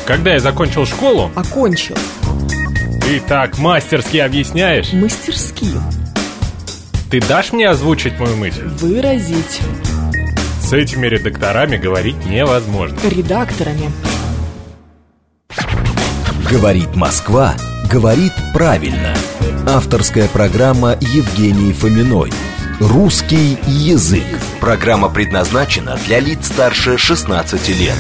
Когда я закончил школу... Окончил. Ты так мастерски объясняешь. Мастерски. Ты дашь мне озвучить мою мысль? Выразить. С этими редакторами говорить невозможно. Редакторами. Говорит Москва, говорит правильно. Авторская программа Евгении Фоминой. Русский язык. Программа предназначена для лиц старше 16 лет.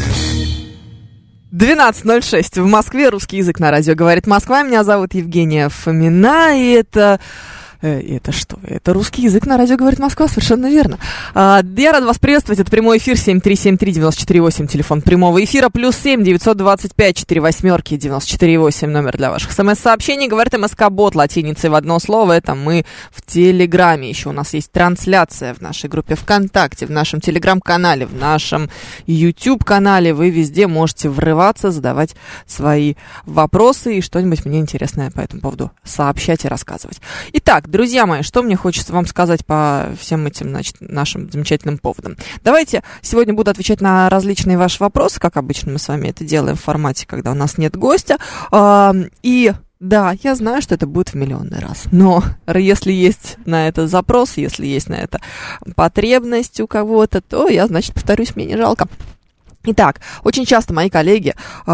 12:06 в Москве. Русский язык на радио «Говорит Москва». Меня зовут Евгения Фомина, и это что? Это русский язык на радио «Говорит Москва», совершенно верно. Я рада вас приветствовать. Это прямой эфир 7373948, телефон прямого эфира, +7 925 48 94 номер для ваших смс-сообщений. Говорит МСК-бот латиницей в одно слово. Это мы в Телеграме. Еще у нас есть трансляция в нашей группе ВКонтакте, в нашем Телеграм-канале, в нашем YouTube-канале. Вы везде можете врываться, задавать свои вопросы и что-нибудь мне интересное по этому поводу сообщать и рассказывать. Итак, друзья мои, что мне хочется вам сказать по всем этим, значит, нашим замечательным поводам. Давайте сегодня буду отвечать на различные ваши вопросы, как обычно мы с вами это делаем в формате, когда у нас нет гостя. И да, я знаю, что это будет в миллионный раз, но если есть на это запрос, если есть на это потребность у кого-то, то я, значит, повторюсь, мне не жалко. Итак, очень часто мои коллеги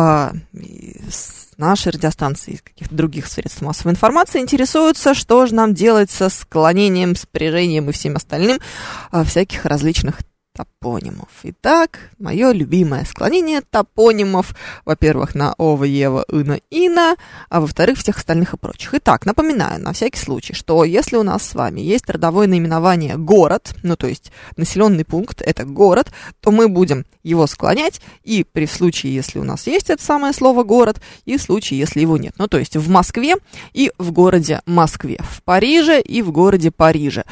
с нашей радиостанции, из каких-то других средств массовой информации интересуются, что же нам делать со склонением, спряжением и всем остальным всяких различных топонимов. Итак, мое любимое склонение топонимов, во-первых, на ова, ева, ына, ина, а во-вторых, всех остальных и прочих. Итак, напоминаю на всякий случай, что если у нас с вами есть родовое наименование город, ну то есть населенный пункт, это город, то мы будем его склонять и при случае, если у нас есть это самое слово город, и в случае, если его нет. Ну то есть в Москве и в городе Москве, в Париже и в городе Париже,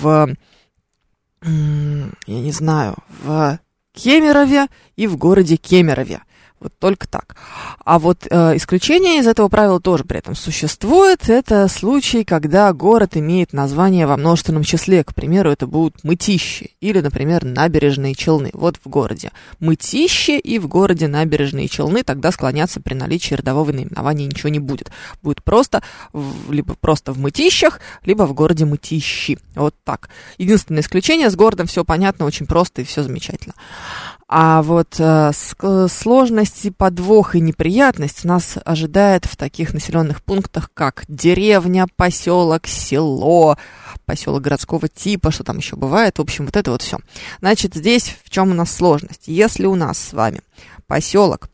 я не знаю, в Кемерове и в городе Кемерове. Вот только так. А вот исключение из этого правила тоже при этом существует. Это случай, когда город имеет название во множественном числе. К примеру, это будут Мытищи или, например, Набережные Челны. Вот в городе Мытищи и в городе Набережные Челны тогда склоняться при наличии родового наименования ничего не будет. Будет просто либо просто в Мытищах, либо в городе Мытищи. Вот так. Единственное исключение, с городом все понятно, очень просто и все замечательно. А вот сложности, подвох и неприятность нас ожидает в таких населенных пунктах, как деревня, поселок, село, поселок городского типа, что там еще бывает. В общем, вот это вот все. Значит, здесь в чем у нас сложность? Если у нас с вами поселок,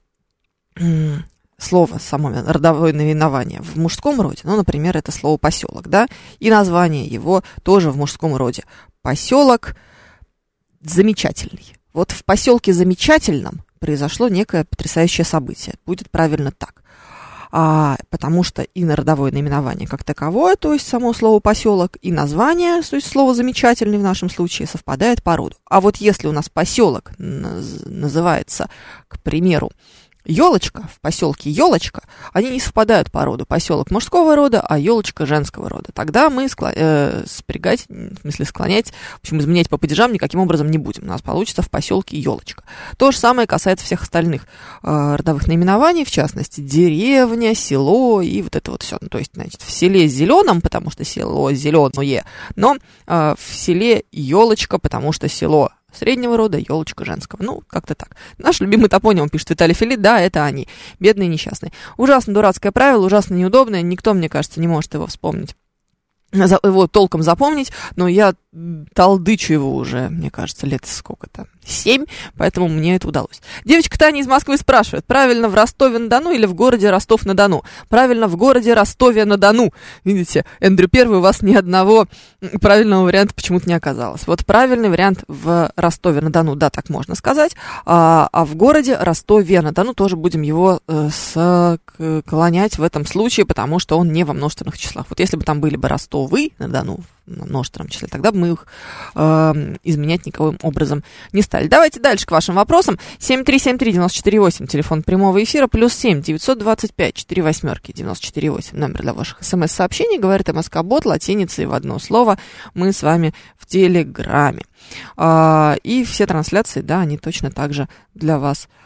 слово само родовое наименование в мужском роде, ну, например, это слово поселок, да, и название его тоже в мужском роде. Поселок замечательный. Вот в поселке Замечательном произошло некое потрясающее событие. Будет правильно так. Потому что и на родовое наименование как таковое, то есть само слово поселок, и название, то есть слово замечательный в нашем случае, совпадает по роду. А вот если у нас поселок называется, к примеру, Ёлочка, в поселке Ёлочка, они не совпадают по роду. Поселок мужского рода, а Ёлочка женского рода. Тогда мы спрягать, в смысле склонять, в общем, изменять по падежам никаким образом не будем. У нас получится в поселке Ёлочка. То же самое касается всех остальных родовых наименований, в частности, деревня, село и вот это вот все. Ну, то есть, значит, в селе Зеленом, потому что село зеленое, но в селе Ёлочка, потому что село среднего рода, Ёлочка женского. Ну, как-то так. Наш любимый топоним, пишет Виталий Филипп, да, это они, бедные несчастные. Ужасно дурацкое правило, ужасно неудобное, никто, мне кажется, не может его вспомнить, его толком запомнить, но я толдычу его уже, мне кажется, лет сколько-то, 7, поэтому мне это удалось. Девочка Таня из Москвы спрашивает, правильно в Ростове-на-Дону или в городе Ростов-на-Дону? Правильно в городе Ростове-на-Дону. Видите, Эндрю Первый, у вас ни одного правильного варианта почему-то не оказалось. Вот правильный вариант в Ростове-на-Дону, да, так можно сказать, а в городе Ростове-на-Дону тоже будем его склонять в этом случае, потому что он не во множественных числах. Вот если бы там были бы Ростовы-на-Дону на множественном числе, тогда бы мы их изменять никаким образом не стали. Давайте дальше к вашим вопросам. 7373948, телефон прямого эфира, +7 925 48 94 номер для ваших смс-сообщений. Говорит МСК-бот латиницей в одно слово. Мы с вами в Телеграме. И все трансляции, да, они точно так же для вас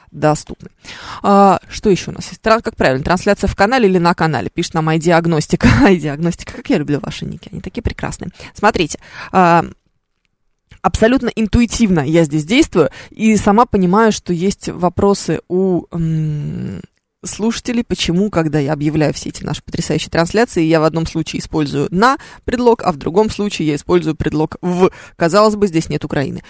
доступны. Что еще у нас есть? Как правильно, трансляция в канале или на канале? Пишет нам iDiagnostica. iDiagnostica, как я люблю ваши ники, они такие прекрасные. Смотрите, абсолютно интуитивно я здесь действую, и сама понимаю, что есть вопросы у слушателей, почему, когда я объявляю все эти наши потрясающие трансляции, я в одном случае использую «на» предлог, а в другом случае я использую предлог «в». Казалось бы, здесь нет Украины.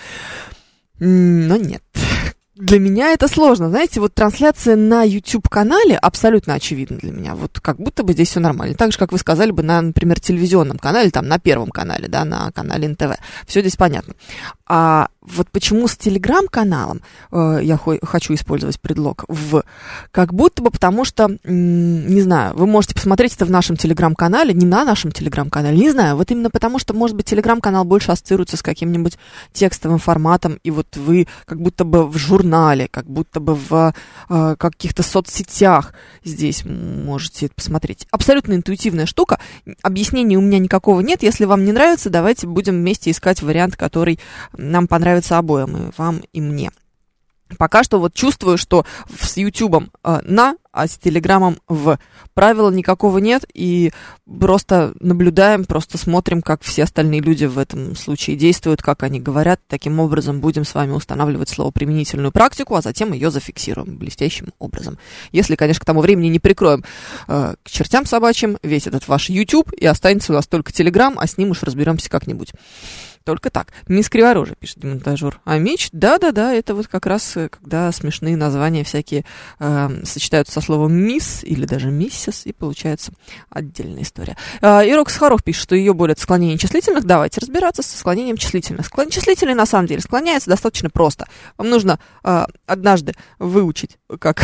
Но нет. Для меня это сложно. Знаете, вот трансляция на YouTube-канале абсолютно очевидна для меня. Вот как будто бы здесь все нормально. Так же, как вы сказали бы на, например, телевизионном канале, там, на Первом канале, да, на канале НТВ. Все здесь понятно. А вот почему с Телеграм-каналом я хочу использовать предлог «в», как будто бы потому что, не знаю, вы можете посмотреть это в нашем Телеграм-канале, не на нашем Телеграм-канале, не знаю, вот именно потому что, может быть, Телеграм-канал больше ассоциируется с каким-нибудь текстовым форматом, и вот вы как будто бы в журнале, как будто бы в каких-то соцсетях здесь можете это посмотреть. Абсолютно интуитивная штука, объяснений у меня никакого нет, если вам не нравится, давайте будем вместе искать вариант, который нам понравится обоим, и вам, и мне. Пока что вот чувствую, что с Ютубом «на», а с Телеграмом «в». Правила никакого нет, и просто наблюдаем, просто смотрим, как все остальные люди в этом случае действуют, как они говорят. Таким образом будем с вами устанавливать словоприменительную практику, а затем ее зафиксируем блестящим образом. Если, конечно, к тому времени не прикроем к чертям собачьим весь этот ваш YouTube, и останется у нас только Телеграм, а с ним уж разберемся как-нибудь. Только так. Мисс Криворожия, пишет демонтажер. А меч? Да-да-да, это вот как раз, когда смешные названия всякие сочетаются со словом мисс или даже миссис, и получается отдельная история. Ирок Сахаров пишет, что ее болят склонение числительных. Давайте разбираться со склонением числительных. Числительные, на самом деле, склоняются достаточно просто. Вам нужно однажды выучить, как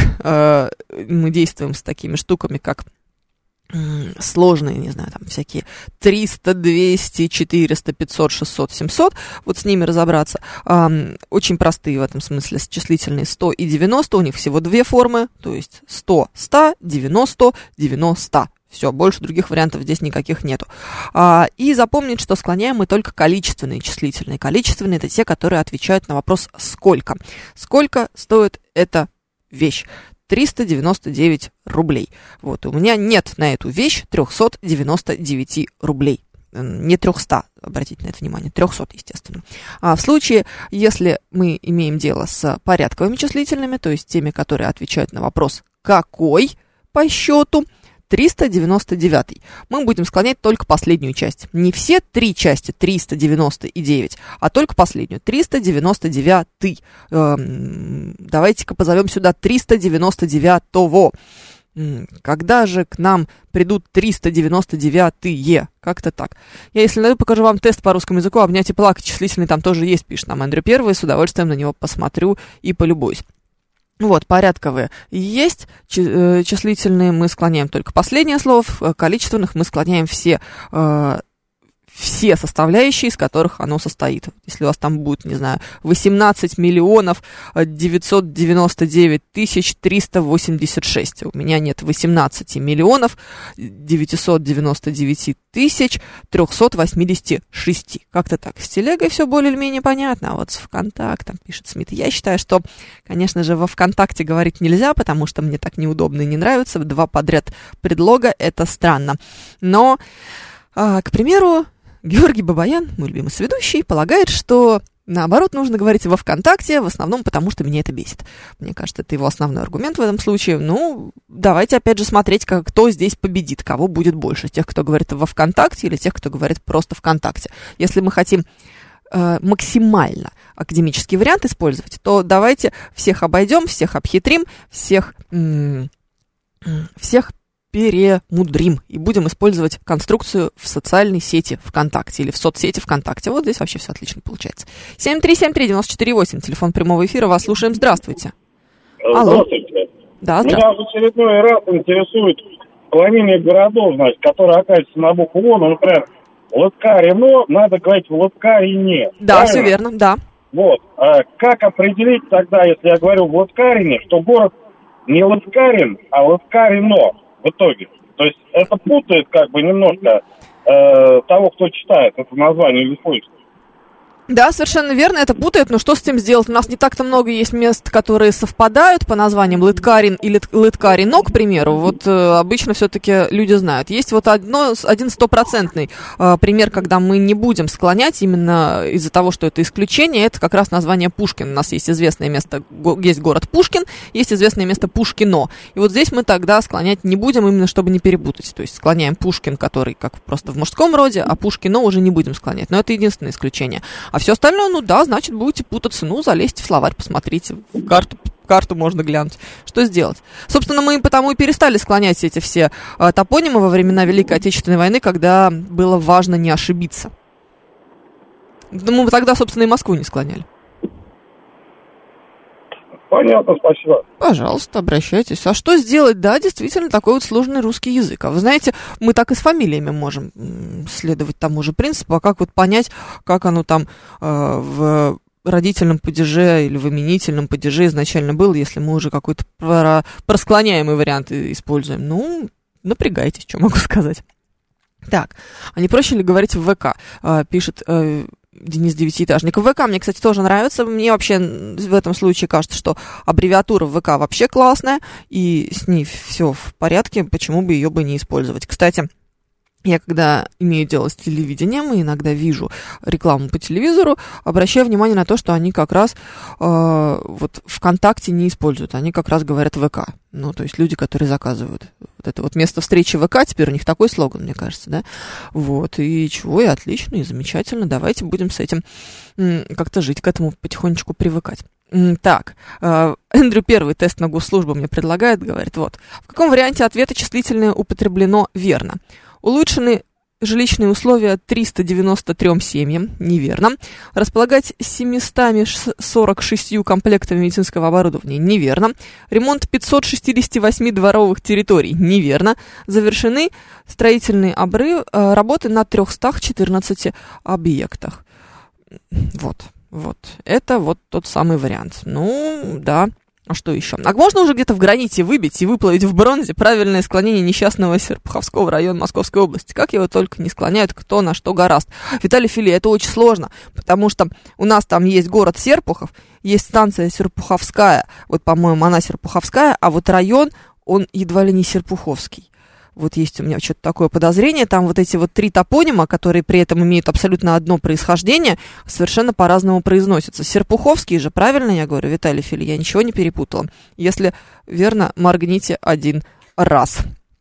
мы действуем с такими штуками, как сложные, не знаю, там всякие 300, 200, 400, 500, 600, 700, вот с ними разобраться. Очень простые в этом смысле числительные 100 и 90, у них всего две формы, то есть 100, 100, 90, 90. Все, больше других вариантов здесь никаких нету. И запомнить, что склоняем мы только количественные числительные. Количественные — это те, которые отвечают на вопрос «сколько?». Сколько стоит эта вещь? 399 рублей. Вот, у меня нет на эту вещь 399 рублей. Не 300, обратите на это внимание, 300, естественно. А в случае, если мы имеем дело с порядковыми числительными, то есть теми, которые отвечают на вопрос «какой?» по счету, 399. Мы будем склонять только последнюю часть. Не все три части 399, а только последнюю. 399. Давайте-ка позовем сюда 399-го. Когда же к нам придут 399-е? Как-то так. Я, если найду, покажу вам тест по русскому языку. Обнять и плакать числительный там тоже есть, пишет нам Эндрю Первый. С удовольствием на него посмотрю и полюбуюсь. Вот, порядковые есть, числительные мы склоняем только последнее слово, количественных мы склоняем все составляющие, из которых оно состоит. Если у вас там будет, не знаю, 18 миллионов 999 тысяч 386. У меня нет 18 миллионов 999 тысяч 386. Как-то так. С телегой все более или менее понятно. А вот с ВКонтактом, пишет Смит. Я считаю, что, конечно же, во ВКонтакте говорить нельзя, потому что мне так неудобно и не нравится. Два подряд предлога — это странно. Но, к примеру, Георгий Бабаян, мой любимый соведущий, полагает, что наоборот нужно говорить во ВКонтакте, в основном потому, что меня это бесит. Мне кажется, это его основной аргумент в этом случае. Ну, давайте опять же смотреть, кто здесь победит, кого будет больше. Тех, кто говорит во ВКонтакте, или тех, кто говорит просто ВКонтакте. Если мы хотим максимально академический вариант использовать, то давайте всех обойдем, всех обхитрим, всех перемудрим и будем использовать конструкцию в социальной сети ВКонтакте или в соцсети ВКонтакте. Вот здесь вообще все отлично получается. 7373948, телефон прямого эфира, вас слушаем. Здравствуйте. Алло. Здравствуйте. Да, здравствуйте. Меня в очередной раз интересует склонение городов, значит, которые окажутся на букву «О», ну, например, Латкарино, надо говорить Латкарине. Да, правильно? все верно, да. Вот. Как определить тогда, если я говорю в Латкарине, что город не Латкарин, а Латкарино в итоге? То есть это путает как бы немножко того, кто читает это название или слышит. Да, совершенно верно, это путает, но что с этим сделать? У нас не так-то много есть мест, которые совпадают по названиям Лыткарин и Лыткарино, к примеру. Вот обычно все-таки люди знают. Есть вот один стопроцентный пример, когда мы не будем склонять именно из-за того, что это исключение, это как раз название Пушкин. У нас есть известное место, есть город Пушкин, есть известное место Пушкино. И вот здесь мы тогда склонять не будем, именно чтобы не перепутать. То есть склоняем Пушкин, который как просто в мужском роде, а Пушкино уже не будем склонять. Но это единственное исключение. А все остальное, ну да, значит, будете путаться. Ну, залезьте в словарь, посмотрите, в карту можно глянуть. Что сделать? Собственно, мы потому и перестали склонять эти все топонимы во времена Великой Отечественной войны, когда было важно не ошибиться. Мы тогда, собственно, и Москву не склоняли. Понятно, спасибо. Пожалуйста, обращайтесь. А что сделать? Да, действительно, такой вот сложный русский язык. А вы знаете, мы так и с фамилиями можем следовать тому же принципу. А как вот понять, как оно там в родительном падеже или в именительном падеже изначально было, если мы уже какой-то просклоняемый вариант используем? Ну, напрягайтесь, что могу сказать. Так, а не проще ли говорить в ВК? Пишет Денис Девятиэтажник. В ВК мне, кстати, тоже нравится. Мне вообще в этом случае кажется, что аббревиатура в ВК вообще классная, и с ней все в порядке, почему бы ее бы не использовать. Кстати, я когда имею дело с телевидением и иногда вижу рекламу по телевизору, обращаю внимание на то, что они как раз вот ВКонтакте не используют, они как раз говорят ВК. Ну, то есть люди, которые заказывают вот это вот место встречи ВК, теперь у них такой слоган, мне кажется, да? Вот, и чего, и отлично, и замечательно, давайте будем с этим как-то жить, к этому потихонечку привыкать. Так, Эндрю первый тест на госслужбу мне предлагает, говорит, вот, в каком варианте ответа числительное употреблено верно? Улучшены жилищные условия 393 семьям, неверно. Располагать 746 комплектами медицинского оборудования, неверно. Ремонт 568 дворовых территорий, неверно. Завершены строительные работы на 314 объектах. Вот. Это вот тот самый вариант. Ну, да. А что еще? А можно уже где-то в граните выбить и выплавить в бронзе правильное склонение несчастного Серпуховского района Московской области? Как его только не склоняют, кто на что горазд. Виталий Филипп, это очень сложно, потому что у нас там есть город Серпухов, есть станция Серпуховская, вот, по-моему, она Серпуховская, а вот район, он едва ли не Серпуховский. Вот есть у меня что-то такое подозрение, там вот эти вот 3 топонима, которые при этом имеют абсолютно одно происхождение, совершенно по-разному произносятся. Серпуховский же, правильно я говорю, Виталий Филипп, я ничего не перепутала. Если верно, моргните 1 раз.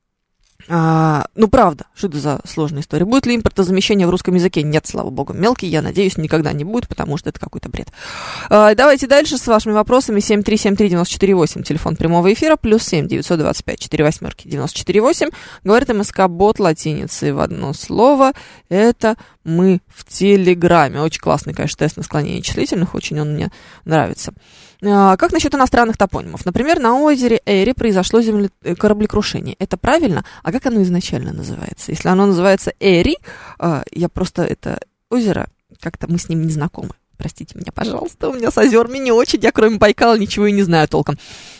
Ну, правда, что это за сложная история? Будет ли импортозамещение в русском языке? Нет, слава богу. Мелкий, я надеюсь, никогда не будет, потому что это какой-то бред. Давайте дальше с вашими вопросами. 7373948, телефон прямого эфира, +7 925 48 948. Говорит МСК-бот латиницей в одно слово. Это мы в Телеграме. Очень классный, конечно, тест на склонение числительных, очень он мне нравится. Как насчет иностранных топонимов? Например, на озере Эри произошло кораблекрушение. Это правильно? А как оно изначально называется? Если оно называется Эри, я просто это озеро, как-то мы с ним не знакомы. Простите меня, пожалуйста, у меня с озерами не очень, я кроме Байкала ничего и не знаю толком.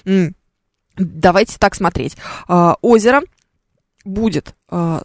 Давайте так смотреть. Озеро будет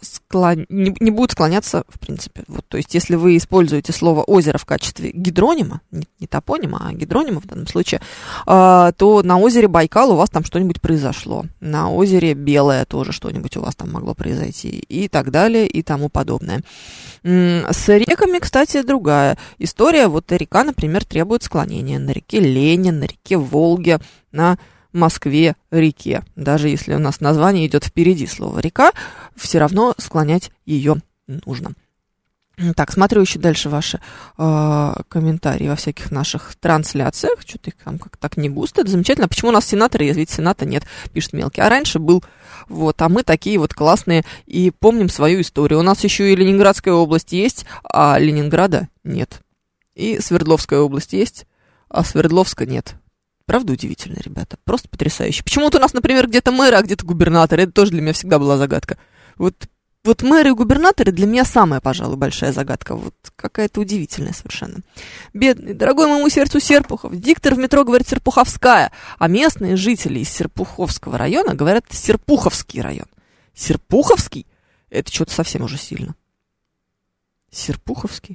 не будет склоняться, в принципе. Вот, то есть, если вы используете слово «озеро» в качестве гидронима, не топонима, а гидронима в данном случае, то на озере Байкал у вас там что-нибудь произошло. На озере Белое тоже что-нибудь у вас там могло произойти. И так далее, и тому подобное. С реками, кстати, другая история. Вот река, например, требует склонения. На реке Ленин, на реке Волге, на Москве-реке. Даже если у нас название идет впереди слова «река», все равно склонять ее нужно. Так, смотрю еще дальше ваши комментарии во всяких наших трансляциях. Что-то их там как так не густо. Это замечательно. А почему у нас сенаторы есть? Ведь сената нет, пишет Мелкий. А раньше был. Вот, а мы такие вот классные и помним свою историю. У нас еще и Ленинградская область есть, а Ленинграда нет. И Свердловская область есть, а Свердловска нет. Правда удивительно, ребята? Просто потрясающе. Почему-то у нас, например, где-то мэры, а где-то губернаторы. Это тоже для меня всегда была загадка. Вот мэры и губернаторы для меня самая, пожалуй, большая загадка. Вот какая-то удивительная совершенно. Бедный, дорогой моему сердцу Серпухов. Диктор в метро говорит Серпуховская, а местные жители из Серпуховского района говорят Серпуховский район. Серпуховский? Это что-то совсем уже сильно. Серпуховский?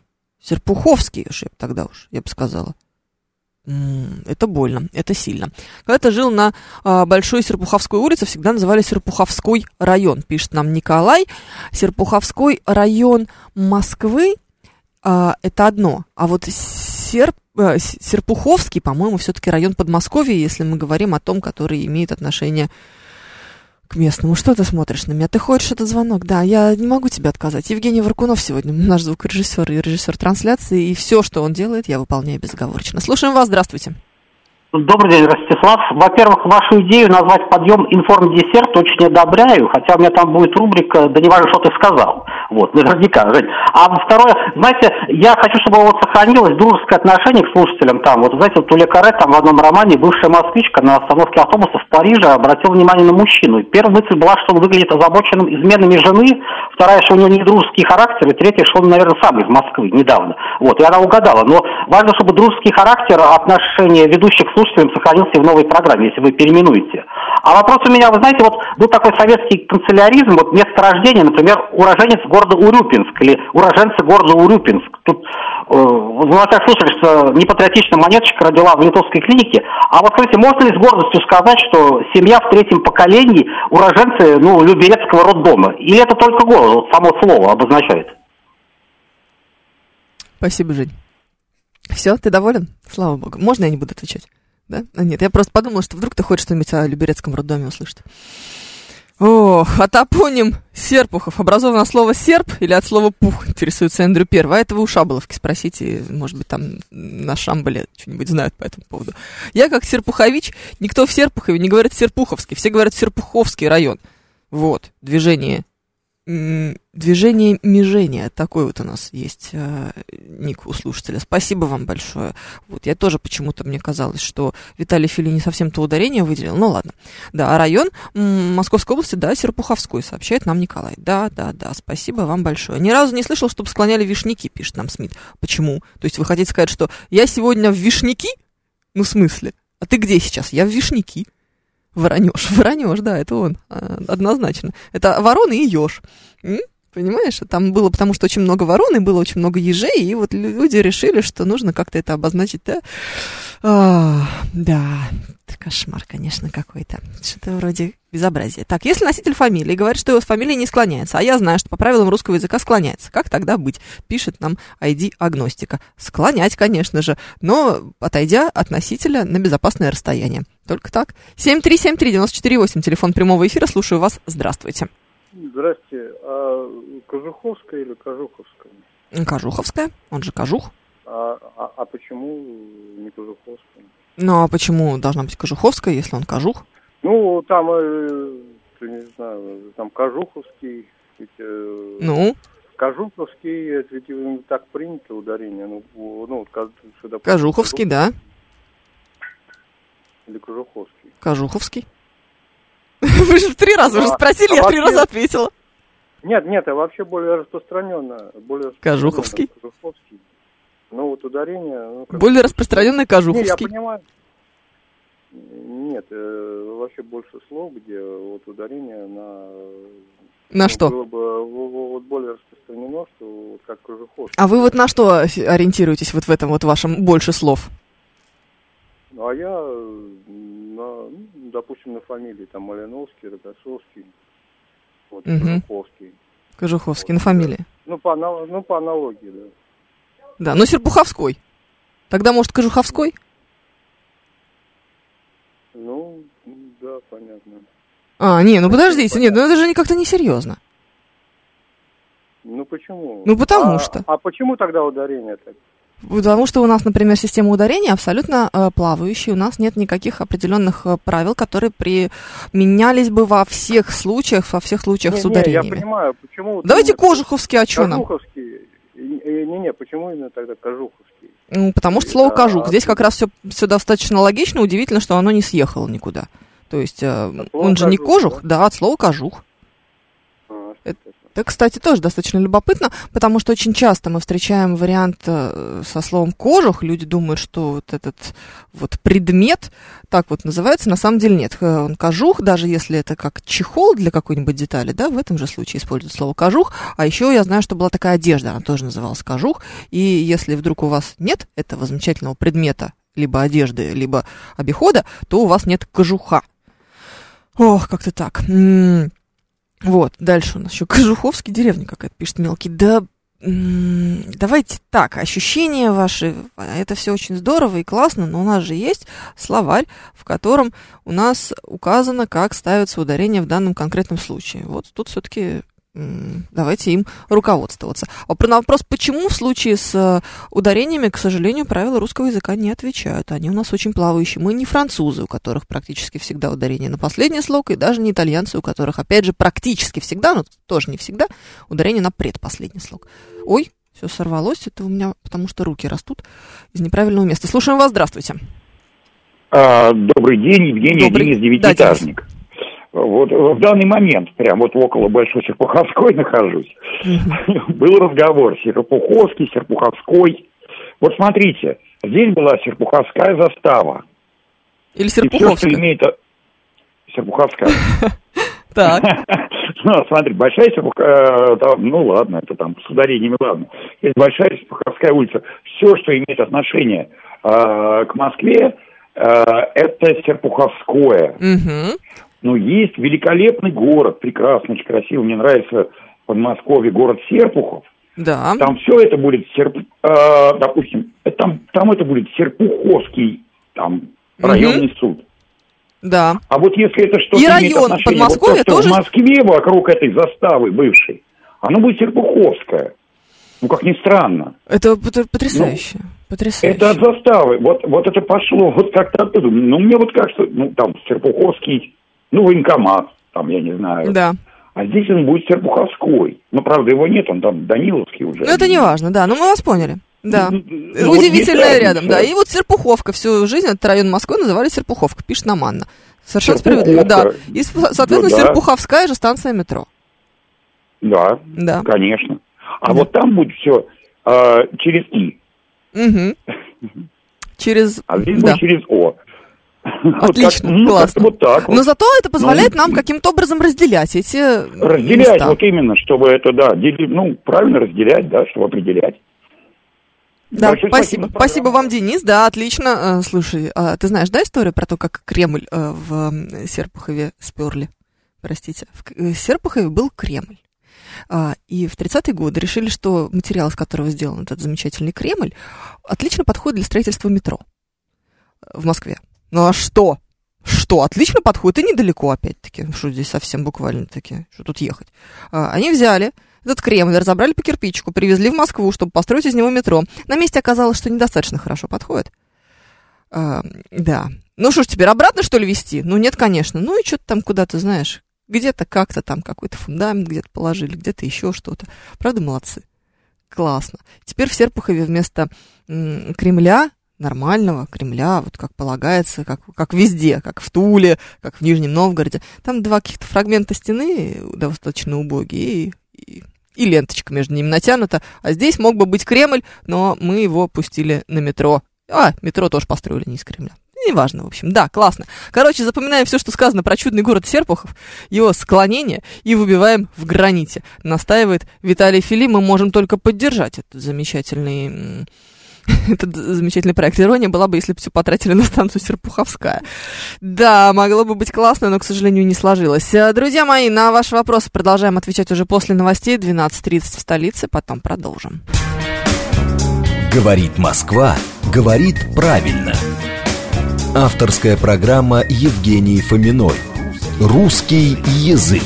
Серпуховский, я бы сказала. Это больно, это сильно. Когда ты жил на Большой Серпуховской улице, всегда называли Серпуховской район, пишет нам Николай. Серпуховской район Москвы это одно, а вот Серпуховский, по-моему, все-таки район Подмосковья, если мы говорим о том, который имеет отношение к местному. Что ты смотришь на меня? Ты хочешь этот звонок? Да, я не могу тебе отказать. Евгений Варкунов сегодня наш звукорежиссер и режиссер трансляции, и все, что он делает, я выполняю безоговорочно. Слушаем вас, здравствуйте. Добрый день, Ростислав. Во-первых, вашу идею назвать подъем информдесерт очень одобряю, хотя у меня там будет рубрика «Да не важно, что ты сказал». Вот, наверняка, Жень. А второе, знаете, я хочу, чтобы вот сохранилось дружеское отношение к слушателям там. Вот, знаете, вот Туля Каре там в одном романе, бывшая москвичка на остановке автобуса в Париже обратила внимание на мужчину. И первая мысль была, что он выглядит озабоченным изменами жены, вторая, что у него не дружеский характер, и третья, что он, наверное, сам из Москвы недавно. Вот, и она угадала. Но важно, чтобы дружеский характер отношения ведущих слушателям сохранился и в новой программе, если вы переименуете. А вопрос у меня, вы знаете, вот был такой советский канцеляризм, вот место рождения, например, уроженец города Урюпинск или уроженцы города Урюпинск. Тут в новостях слышали, что непатриотичная монеточка родила в литовской клинике. А вот, скажите, можно ли с гордостью сказать, что семья в третьем поколении уроженцы, Люберецкого роддома? Или это только город, вот само слово обозначает? Спасибо, Жень. Все, ты доволен? Слава богу. Можно я не буду отвечать? Да? Нет, я просто подумала, что вдруг ты хочешь что-нибудь о Люберецком роддоме услышать. А топоним Серпухов образован от слова «серп» или от слова «пух», интересуется Эндрю Первый. А это вы у Шаболовки спросите, может быть, там на Шамбале что-нибудь знают по этому поводу. Я, как серпухович, никто в Серпухове не говорит Серпуховский, все говорят Серпуховский район. Вот, движение межения, такой вот у нас есть ник у слушателя. Спасибо вам большое. Вот, я тоже почему-то, мне казалось, что Виталий Фили не совсем то ударение выделил. Ну, ладно. Да, район Московской области, да, Серпуховской, сообщает нам Николай. Да, спасибо вам большое. Ни разу не слышал, чтобы склоняли вишняки, пишет нам Смит. Почему? То есть вы хотите сказать, что я сегодня в вишняки? Ну, в смысле? А ты где сейчас? Я в вишняки. Воронеж, да, это он, однозначно. Это вороны и еж. Понимаешь? Там было, потому что очень много ворон и было очень много ежей, и вот люди решили, что нужно как-то это обозначить, да? Да, кошмар, конечно, какой-то. Что-то вроде безобразия. Так, если носитель фамилии говорит, что его фамилия не склоняется, а я знаю, что по правилам русского языка склоняется, как тогда быть? Пишет нам ID-агностика. Склонять, конечно же, но отойдя от носителя на безопасное расстояние. Только так. 7373948, телефон прямого эфира, слушаю вас, здравствуйте. Здрасте. А Кожуховская или Кожуховская? Кожуховская, он же Кожух. А почему не Кожуховская? Ну, а почему должна быть Кожуховская, если он Кожух? Ну, там, не знаю, там Кожуховский. Ну? Кожуховский, это ведь так принято ударение. Кожуховский, да. Или Кожуховский? Кожуховский. Вы же 3 раза уже спросили, я 3 раза ответила. Нет, это вообще более распространенно. Кожуховский? Кожуховский. Ну, вот ударение... Более распространенный Кожуховский. Нет, я понимаю. Нет, вообще больше слов, где вот ударение на... На что? Было бы вот более распространено, что вот как Кожуховский. А вы вот на что ориентируетесь вот в этом вот вашем больше слов? Ну, а я, допустим, на фамилии, там, Малиновский, Рогосовский, вот, Кожуховский. Кожуховский, вот, на фамилии? Ну, по аналогии, да. Да, но Серпуховской. Тогда, может, Кожуховской? Ну, да, понятно. Подождите, нет, это же как-то несерьезно. Ну, почему? Ну, потому что. А почему тогда ударение так? Потому что у нас, например, система ударения абсолютно плавающая, у нас нет никаких определенных правил, которые применялись бы во всех случаях с ударениями. Я понимаю, почему... Давайте Кожуховский, а что нам? Кожуховский. Почему именно тогда Кожуховский? Ну, потому что слово «кожух». Здесь как раз все достаточно логично, удивительно, что оно не съехало никуда. То есть он же не кожух, да, от слова «кожух». Это, кстати, тоже достаточно любопытно, потому что очень часто мы встречаем вариант со словом «кожух». Люди думают, что вот этот вот предмет так вот называется. На самом деле нет. Он кожух, даже если это как чехол для какой-нибудь детали, да, в этом же случае используют слово «кожух». А еще я знаю, что была такая одежда, она тоже называлась кожух. И если вдруг у вас нет этого замечательного предмета, либо одежды, либо обихода, то у вас нет кожуха. Ох, как-то так. Вот, дальше у нас еще Кожуховский, деревня какая-то, пишет Мелкий. Да, давайте так, ощущения ваши, это все очень здорово и классно, но у нас же есть словарь, в котором у нас указано, как ставится ударение в данном конкретном случае. Вот тут все-таки давайте им руководствоваться. А на вопрос, почему в случае с ударениями, к сожалению, правила русского языка не отвечают. Они у нас очень плавающие. Мы не французы, у которых практически всегда ударение на последний слог, и даже не итальянцы, у которых, опять же, практически всегда, но тоже не всегда, ударение на предпоследний слог. Ой, все сорвалось, это у меня потому что руки растут из неправильного места. Слушаем вас, здравствуйте. Добрый день, Евгений, Денис, девятиэтажник. Да, вот в данный момент, прям вот около Большой Серпуховской нахожусь, был разговор Серпуховский, Серпуховской. Вот смотрите, здесь была Серпуховская застава. Или Серпуховская? И все, что имеет... Серпуховская. Так. Ну, смотри, Большая Серпуховская, ну ладно, это там с ударениями, ладно. Есть Большая Серпуховская улица. Все, что имеет отношение к Москве, это Серпуховское. Но есть великолепный город, прекрасный, очень красивый. Мне нравится в Подмосковье город Серпухов. Да. Там все это будет, допустим, там это будет Серпуховский там, районный суд. Да. А вот если это что-то и имеет район отношение Подмосковья вот тоже... в Москве вокруг этой заставы бывшей, оно будет Серпуховское. Ну, как ни странно. Это потрясающе. Потрясающе. Это от заставы. Вот это пошло вот как-то оттуда. Ну, мне вот кажется, ну, там Серпуховский, ну, военкомат, там, я не знаю. Да. А здесь он будет Серпуховской. Ну, правда, его нет, он там Даниловский уже. Ну, это не важно, да, но мы вас поняли. Да. Удивительное рядом, да. И вот Серпуховка. Всю жизнь этот район Москвы называли Серпуховка, пишет нам Анна. Совершенно справедливо, да. И, соответственно, да. Серпуховская же станция метро. Да, конечно. А вот там будет все через «и». Через... А здесь будет через «о». Отлично, вот классно. Вот так вот. Но зато это позволяет нам каким-то образом разделять эти места. Вот именно, чтобы это, да, правильно разделять, да, чтобы определять. Да, большое спасибо вам, Денис, да, отлично. Слушай, ты знаешь, да, историю про то, как Кремль в Серпухове сперли? Простите, в Серпухове был Кремль. И в 30-е годы решили, что материал, из которого сделан этот замечательный Кремль, отлично подходит для строительства метро в Москве. Ну а что? Что? Отлично подходит, и недалеко, опять-таки. Что здесь совсем буквально-таки, что тут ехать? Они взяли этот Кремль, разобрали по кирпичику, привезли в Москву, чтобы построить из него метро. На месте оказалось, что недостаточно хорошо подходит. Да. Ну что ж, теперь обратно, что ли, везти? Ну нет, конечно. Ну и что-то там куда-то, знаешь, где-то как-то там какой-то фундамент где-то положили, где-то еще что-то. Правда, молодцы? Классно. Теперь в Серпухове вместо Кремля, нормального Кремля, вот как полагается, как везде, как в Туле, как в Нижнем Новгороде, там два каких-то фрагмента стены достаточно убогие, и ленточка между ними натянута, а здесь мог бы быть Кремль, но мы его пустили на метро. Метро тоже построили не из Кремля. Неважно, в общем. Да, классно. Короче, запоминаем все, что сказано про чудный город Серпухов, его склонение, и выбиваем в граните. Настаивает Виталий Фили. Мы можем только поддержать этот замечательный проект. Ирония была бы, если бы все потратили на станцию Серпуховская. Да, могло бы быть классно, но, к сожалению, не сложилось. Друзья мои, на ваши вопросы продолжаем отвечать уже после новостей. 12:30 в столице, потом продолжим. Говорит Москва, говорит правильно. Авторская программа Евгении Фоминой. Русский язык.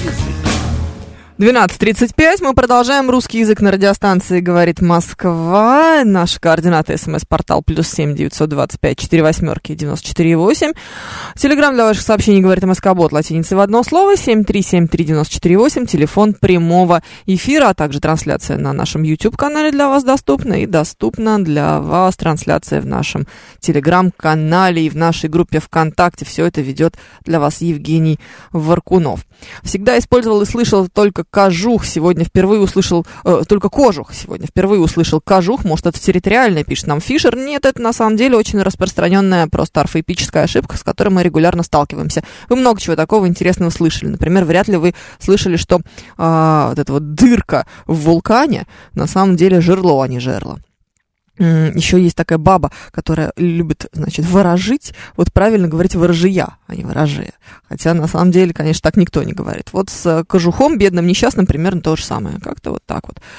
12:35. Мы продолжаем русский язык на радиостанции «Говорит Москва». Наши координаты: СМС-портал +7 925 48 94 8. Телеграм для ваших сообщений «Говорит МСК-бот» латиницей в одно слово 7373948. Телефон прямого эфира, а также трансляция на нашем YouTube-канале для вас доступна. И доступна для вас трансляция в нашем Телеграм-канале и в нашей группе ВКонтакте. Все это ведет для вас Евгений Варкунов. Всегда использовал и слышал только кожух сегодня впервые услышал, только кожух сегодня впервые услышал кожух, может, это территориальное, пишет нам Фишер. Нет, это на самом деле очень распространенная просто орфоэпическая ошибка, с которой мы регулярно сталкиваемся. Вы много чего такого интересного слышали. Например, вряд ли вы слышали, что вот эта вот дырка в вулкане на самом деле жерло, а не жерло. Еще есть такая баба, которая любит, значит, ворожить. Вот правильно говорить ворожия, а не ворожея. Хотя, на самом деле, конечно, так никто не говорит. Вот с кожухом бедным, несчастным примерно то же самое. Как-то вот так вот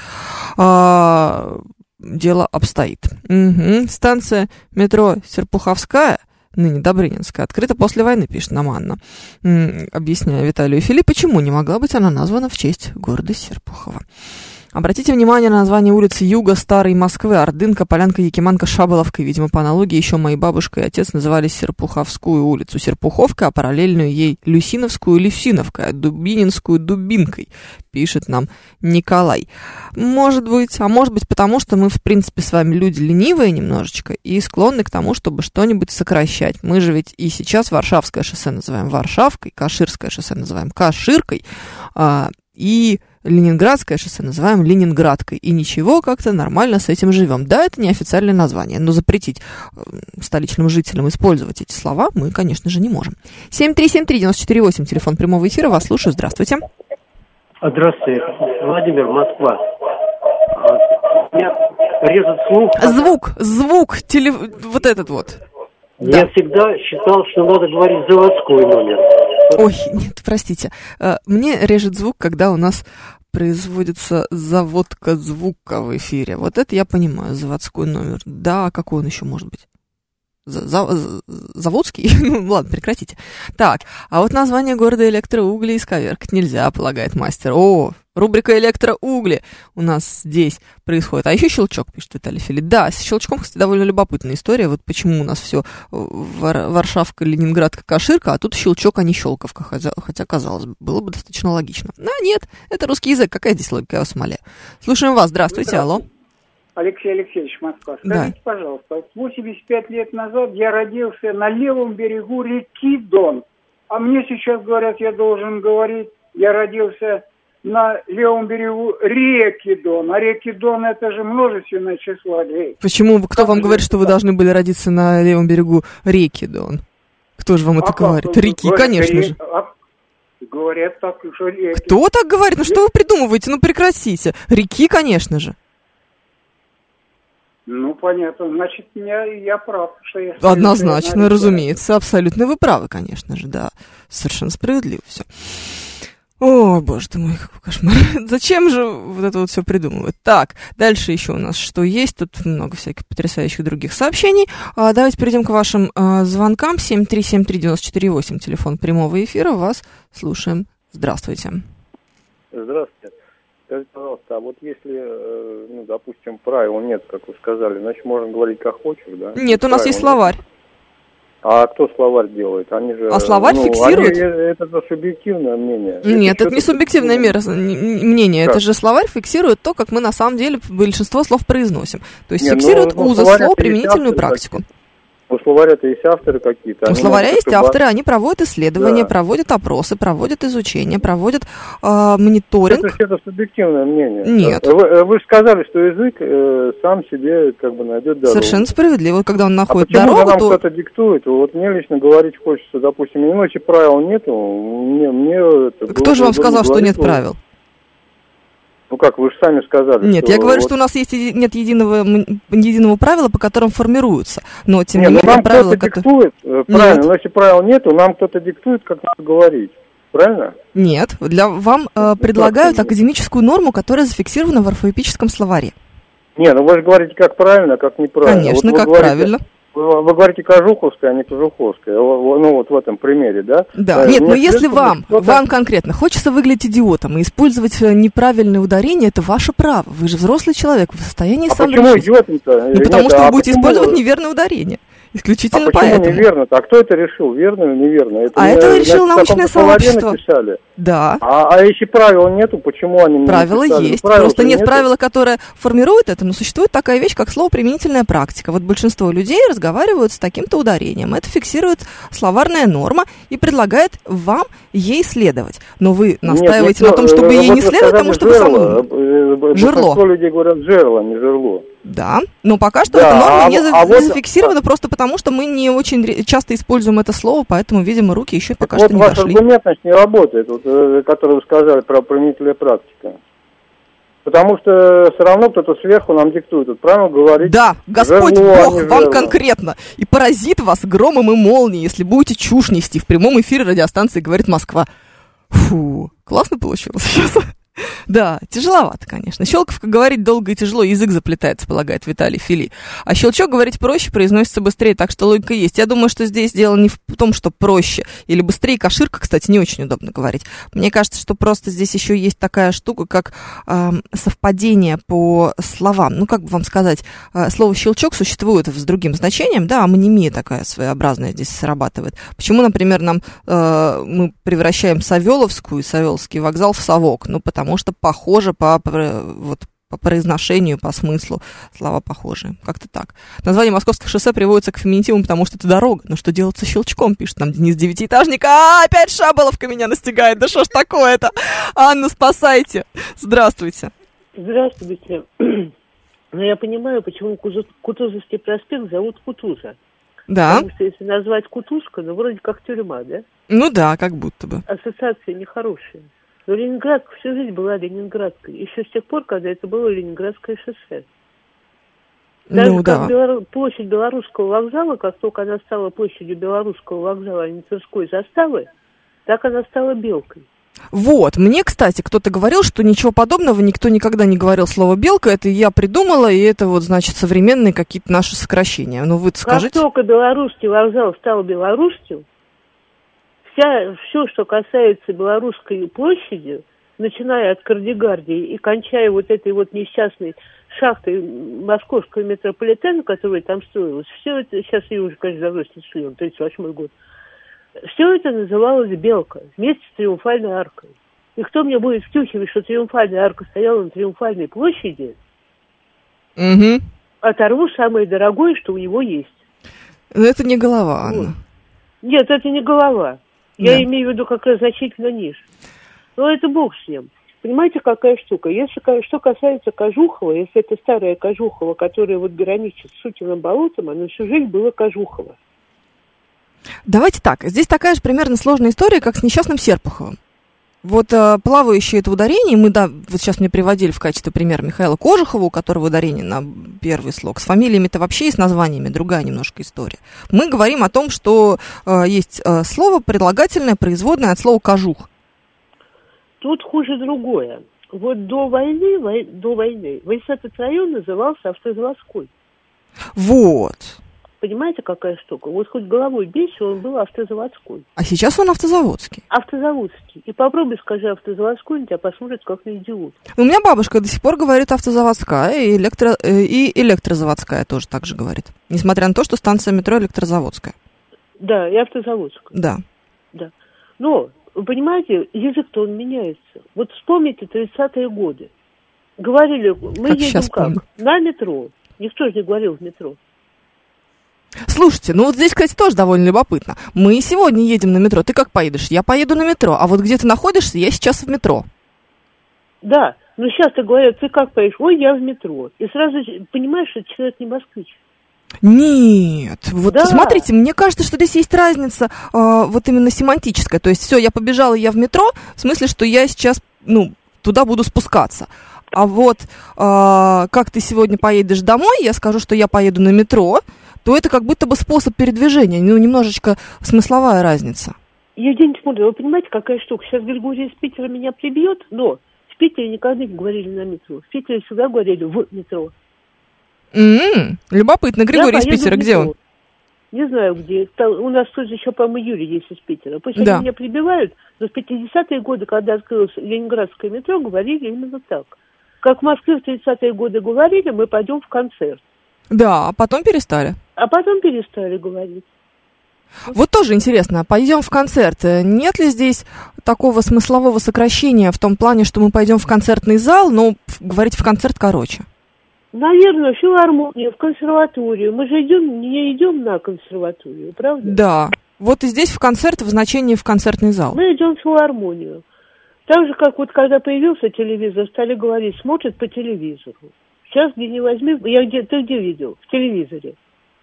дело обстоит. Угу. Станция метро Серпуховская, ныне Добрынинская, открыта после войны, пишет нам Анна. Объясняю Виталию Фили, почему не могла быть она названа в честь города Серпухова. Обратите внимание на название улицы Юга Старой Москвы. Ордынка, Полянка, Якиманка, Шаболовка. Видимо, по аналогии еще мои бабушка и отец называли Серпуховскую улицу Серпуховка, а параллельную ей Люсиновскую Люсиновкой, а Дубининскую Дубинкой, пишет нам Николай. Может быть потому, что мы, в принципе, с вами люди ленивые немножечко и склонны к тому, чтобы что-нибудь сокращать. Мы же ведь и сейчас Варшавское шоссе называем Варшавкой, Каширское шоссе называем Каширкой, и Ленинградское шоссе называем Ленинградкой. И ничего, как-то нормально с этим живем. Да, это не официальное название, но запретить столичным жителям использовать эти слова мы, конечно же, не можем. 7373948, телефон прямого эфира. Вас слушаю. Здравствуйте. Здравствуйте. Владимир, Москва. Меня режет слух. Звук, вот этот вот. Я всегда считал, что надо говорить заводской номер. Ой, нет, простите. Мне режет звук, когда у нас производится заводка звука в эфире. Вот это я понимаю, заводской номер. Да, какой он еще может быть? Заводский? Ну, ладно, прекратите. Так, а вот название города электроугли исковеркать нельзя, полагает мастер. О, рубрика «Электроугли» у нас здесь происходит. А еще щелчок, пишет Виталий Филипп. Да, с щелчком, кстати, довольно любопытная история. Вот почему у нас все Варшавка, Ленинградка, Каширка, а тут щелчок, а не щелковка. Хотя, казалось бы, было бы достаточно логично. Но нет, это русский язык. Какая здесь логика, я вас умоляю. Слушаем вас. Здравствуйте, алло. Алексей Алексеевич, Москва. Скажите, да, пожалуйста, 85 лет назад я родился на левом берегу реки Дон. А мне сейчас говорят, я должен говорить, я родился на левом берегу реки Дон. А реки Дон — это же множественное число рек. Почему? Кто вам говорит, что вы должны были родиться на левом берегу реки Дон? Кто же вам это говорит? Реки, говорят, конечно же. Говорят так, что реки. Кто так говорит? Ну что вы придумываете? Ну прекратите. Реки, конечно же. Ну, понятно. Значит, я прав. Что я однозначно, разумеется. Абсолютно вы правы, конечно же, да. Совершенно справедливо все. Ой, боже ты мой, какой кошмар. Зачем же вот это вот все придумывают? Так, дальше еще у нас что есть? Тут много всяких потрясающих других сообщений. Давайте перейдем к вашим звонкам. 7373948, телефон прямого эфира. Вас слушаем. Здравствуйте. Здравствуйте. Скажите, пожалуйста, а вот если, ну, допустим, правил нет, как вы сказали, значит, можно говорить как хочешь, да? Нет, у нас есть словарь. А кто словарь делает? Они же, словарь фиксирует? Это же субъективное мнение. Нет, это не субъективное мнение. Как? Это же словарь фиксирует то, как мы на самом деле большинство слов произносим. То есть фиксирует узы слов, применительную практику. У словаря-то есть авторы какие-то. У словаря есть авторы, они проводят исследования, да, проводят опросы, проводят изучения, проводят мониторинг. Это субъективное мнение. Нет. Вы же сказали, что язык сам себе как бы найдет дорогу. Совершенно справедливо. Когда он находит почему дорогу, нам то... кто-то диктует? Вот мне лично говорить хочется, допустим, иначе правил нету. Кто же вам сказал, что нет правил? Ну как, вы же сами сказали. Нет, я говорю, что у нас есть нет единого правила, по которым формируются. Но тем не менее нам правила, кто-то диктует, правильно, но если правил нету, нам кто-то диктует, как надо говорить. Правильно? Нет, вам предлагают академическую норму, которая зафиксирована в орфоэпическом словаре. Не, ну вы же говорите, как правильно, как неправильно. Конечно, вот как правильно. Вы говорите кожуховская, а не кожуховская. Ну, вот в этом примере, да? Да, нет, но если вам конкретно хочется выглядеть идиотом и использовать неправильное ударение, это ваше право. Вы же взрослый человек, вы в состоянии сам решить. Почему идиотом-то? Ну, потому что вы будете использовать неверное ударение. Исключительно почему поэтому. неверно-то? А кто это решил? Верно или неверно? Это решило научное сообщество. Написали. Да. А если правил нету, почему они не Правила написали? есть. Просто нет правила, которое формирует это, но существует такая вещь, как словоприменительная практика. Вот большинство людей разговаривают с таким-то ударением. Это фиксирует словарная норма и предлагает вам ей следовать. Но вы настаиваете на том, чтобы ей не следовать, потому что вы самому... Жерло. Большинство людей говорят жерло, не жерло. Да, но пока что эта норма не зафиксирована просто потому, что мы не очень часто используем это слово, поэтому, видимо, руки еще пока что не дошли. Вот ваша аргументность не работает, которую вы сказали про применительную практику. Потому что все равно кто-то сверху нам диктует. Вот правильно говорить? Да, Господь Бог вам конкретно и поразит вас громом и молнией, если будете чушь нести в прямом эфире радиостанции «Говорит Москва». Фу, классно получилось сейчас. Да, тяжеловато, конечно. Щелковка говорить долго и тяжело, язык заплетается, полагает Виталий Фили. А щелчок говорить проще, произносится быстрее, так что логика есть. Я думаю, что здесь дело не в том, что проще или быстрее. Каширка, кстати, не очень удобно говорить. Мне кажется, что просто здесь еще есть такая штука, как совпадение по словам. Ну, как бы вам сказать, слово «щелчок» существует с другим значением, да, амонимия такая своеобразная здесь срабатывает. Почему, например, мы превращаем Савеловскую и Савеловский вокзал в совок? Ну, потому что похоже по произношению, по смыслу. Слова похожие. Как-то так. Название московских шоссе приводится к феминитиву, потому что это дорога. Но что делать со щелчком, пишет нам Денис Девятиэтажник. Опять Шаболовка меня настигает. Да что ж такое-то? Анна, спасайте. Здравствуйте. Здравствуйте. Ну, я понимаю, почему Кутузовский проспект зовут Кутуза. Да. Потому что если назвать Кутузка, ну, вроде как тюрьма, да? Ну да, как будто бы. Ассоциация нехорошая. Но Ленинградка всю жизнь была Ленинградкой. Еще с тех пор, когда это было Ленинградское шоссе. Даже как площадь Белорусского вокзала, как только она стала площадью Белорусского вокзала, а не Тверской заставы, так она стала Белкой. Вот, мне, кстати, кто-то говорил, что ничего подобного, никто никогда не говорил слово «белка», это я придумала, и это вот, значит, современные какие-то наши сокращения. Ну, вы скажите. Как только Белорусский вокзал стал Белорусским, все, что касается Белорусской площади, начиная от Кардигардии и кончая вот этой вот несчастной шахтой московского метрополитена, которая там строилась, все это, сейчас ее уже, конечно, давно снесли, 38-й год, все это называлось «Белка» вместе с Триумфальной аркой. И кто мне будет втюхивать, что Триумфальная арка стояла на Триумфальной площади, оторву самое дорогое, что у него есть. Но это не голова, Анна. Вот. Нет, это не голова. Я имею в виду как раз значительно ниже. Но это бог с ним. Понимаете, какая штука? Если что касается Кожухова, если это старая Кожухова, которая вот граничит с Сутиным болотом, она всю жизнь была Кожухова. Давайте так. Здесь такая же примерно сложная история, как с несчастным Серпуховым. Вот плавающее это ударение, мы, да, вот сейчас мне приводили в качестве примера Михаила Кожухова, у которого ударение на первый слог. С фамилиями-то вообще и с названиями другая немножко история. Мы говорим о том, что есть слово прилагательное, производное от слова «кожух». Тут хуже другое. Вот до войны весь этот район назывался Автозаводской. Вот. Понимаете, какая штука? Вот хоть головой бейся, он был Автозаводской. А сейчас он Автозаводский. Автозаводский. И попробуй скажи Автозаводской, на тебя посмотрят как на идиот. У меня бабушка до сих пор говорит Автозаводская, и Электрозаводская тоже так же говорит. Несмотря на то, что станция метро Электрозаводская. Да, и Автозаводская. Да. Да. Но, вы понимаете, язык-то он меняется. Вот вспомните 30-е годы. Говорили, мы как едем как? На метро. Никто же не говорил в метро. Слушайте, ну вот здесь, кстати, тоже довольно любопытно. Мы сегодня едем на метро. Ты как поедешь? Я поеду на метро. А вот где ты находишься, я сейчас в метро. Да, но сейчас-то говорят, ты как поедешь? Ой, я в метро. И сразу понимаешь, что человек не москвич. Нет, вот да. Смотрите, мне кажется, что здесь есть разница вот именно семантическая. То есть все, я побежала, я в метро, в смысле, что я сейчас, туда буду спускаться. А вот как ты сегодня поедешь домой, я скажу, что я поеду на метро, то это как будто бы способ передвижения, немножечко смысловая разница. Евгений Тимурович, вы понимаете, какая штука? Сейчас Григорий из Питера меня прибьет, но в Питере никогда не говорили на метро. В Питере всегда говорили в метро. Любопытно. Григорий из Питера, где он? Не знаю, где. У нас тут еще, по-моему, Юрий есть из Питера. Пусть они меня прибивают, но в 50-е годы, когда открылось ленинградское метро, говорили именно так. Как в Москве в 30-е годы говорили, мы пойдем в концерт. Да, а потом перестали. А потом перестали говорить. Вот тоже интересно, пойдем в концерт. Нет ли здесь такого смыслового сокращения в том плане, что мы пойдем в концертный зал, но говорить в концерт короче? Наверное, в филармонию, в консерваторию. Мы же не идем на консерваторию, правда? Да. Вот и здесь в концерт в значении в концертный зал. Мы идем в филармонию. Так же, как вот когда появился телевизор, стали говорить, смотрят по телевизору. Сейчас где не возьми, ты где видел? В телевизоре.